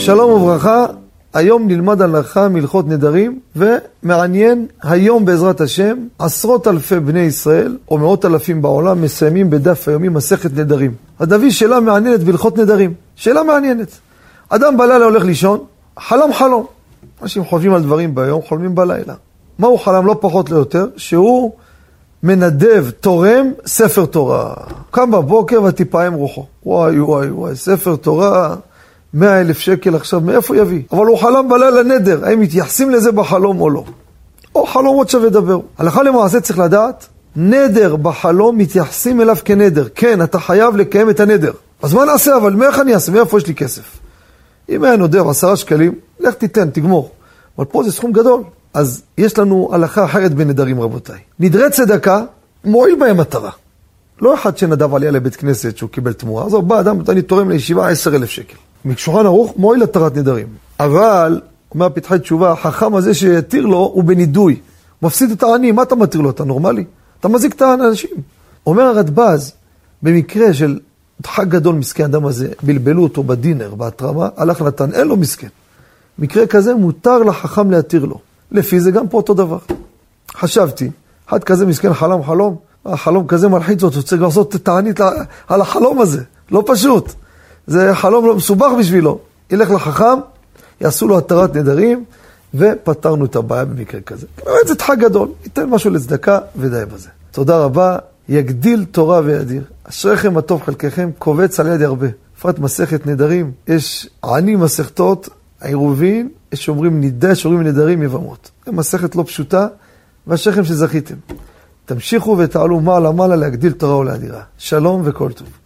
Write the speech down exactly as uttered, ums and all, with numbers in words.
שלום וברכה, היום נלמד הלכה מלכות נדרים, ומעניין, היום בעזרת השם, עשרות אלפי בני ישראל, או מאות אלפים בעולם, מסיימים בדף היומי מסכת נדרים. הדבי שאלה מעניינת בהלכות נדרים, שאלה מעניינת. אדם בלילה הולך לישון, חלם חלום. אנשים חושבים על דברים ביום, חולמים בלילה. מה הוא חלם? לא פחות לא יותר, שהוא מנדב, תורם, ספר תורה. קם בבוקר ותיפעם רוחו. וואי וואי וואי, ספר תורה, מאה אלף שקל עכשיו, מאיפה יביא? אבל הוא חלם בלילה נדר, האם מתייחסים לזה בחלום או לא? או חלומות שווה דבר. הלכה למעשה צריך לדעת, נדר בחלום מתייחסים אליו כנדר. כן, אתה חייב לקיים את הנדר. אז מה נעשה? אבל מאיך אני אעשה? מאיפה יש לי כסף? אם היה נודר עשרה שקלים, לך תיתן, תגמור. אבל פה זה סכום גדול. אז יש לנו הלכה אחרת בנדרים, רבותיי. נדרי צדקה, מועיל בהם מטרה. לא אחד שנדב עליה לבית כנסת שהוא קיבל תמורה. אז הוא בא אדם, אני תורם לישיבה עשר אלף שקל. משולחן ערוך, מועיל לתרת נדרים. אבל, אומר פתחי תשובה, החכם הזה שיתיר לו הוא בנידוי. הוא מפסיד את העני, מה אתה מתיר לו? אתה נורמלי? אתה מזיק את האנשים. אומר הרדב"ז, במקרה של חג גדול מסכן אדם הזה, בלבלו אותו בדינר, בהתרמה, הלך נתן, אין לו מסכן. מקרה כזה מותר לחכם להתיר לו. לפי זה גם פה אותו דבר. חשבתי, אחד כזה מסכן חלם חלום, החלום כזה מלחיץ אותו, צריך לעשות תענית על החלום הזה, לא פשוט. זה חלום לא מסובך בשבילו. ילך לחכם, יעשו לו התרת נדרים, ופתרנו את הבעיה במקרה כזה. זה חג גדול, ייתן משהו לצדקה ודי בזה. תודה רבה, יגדיל תורה וידיר. אשריכם הטוב חלקכם, קובץ על יד הרבה. בפרט מסכת נדרים, יש עני מסכתות, עירובין, יש שאומרים נידה, יש שאומרים נדרים יבמות. זו מסכת לא פשוטה, ואשריכם שזכיתם. תמשיכו ותעלו מעלה מעלה להגדיל תורה ולהדירה. שלום וכל טוב.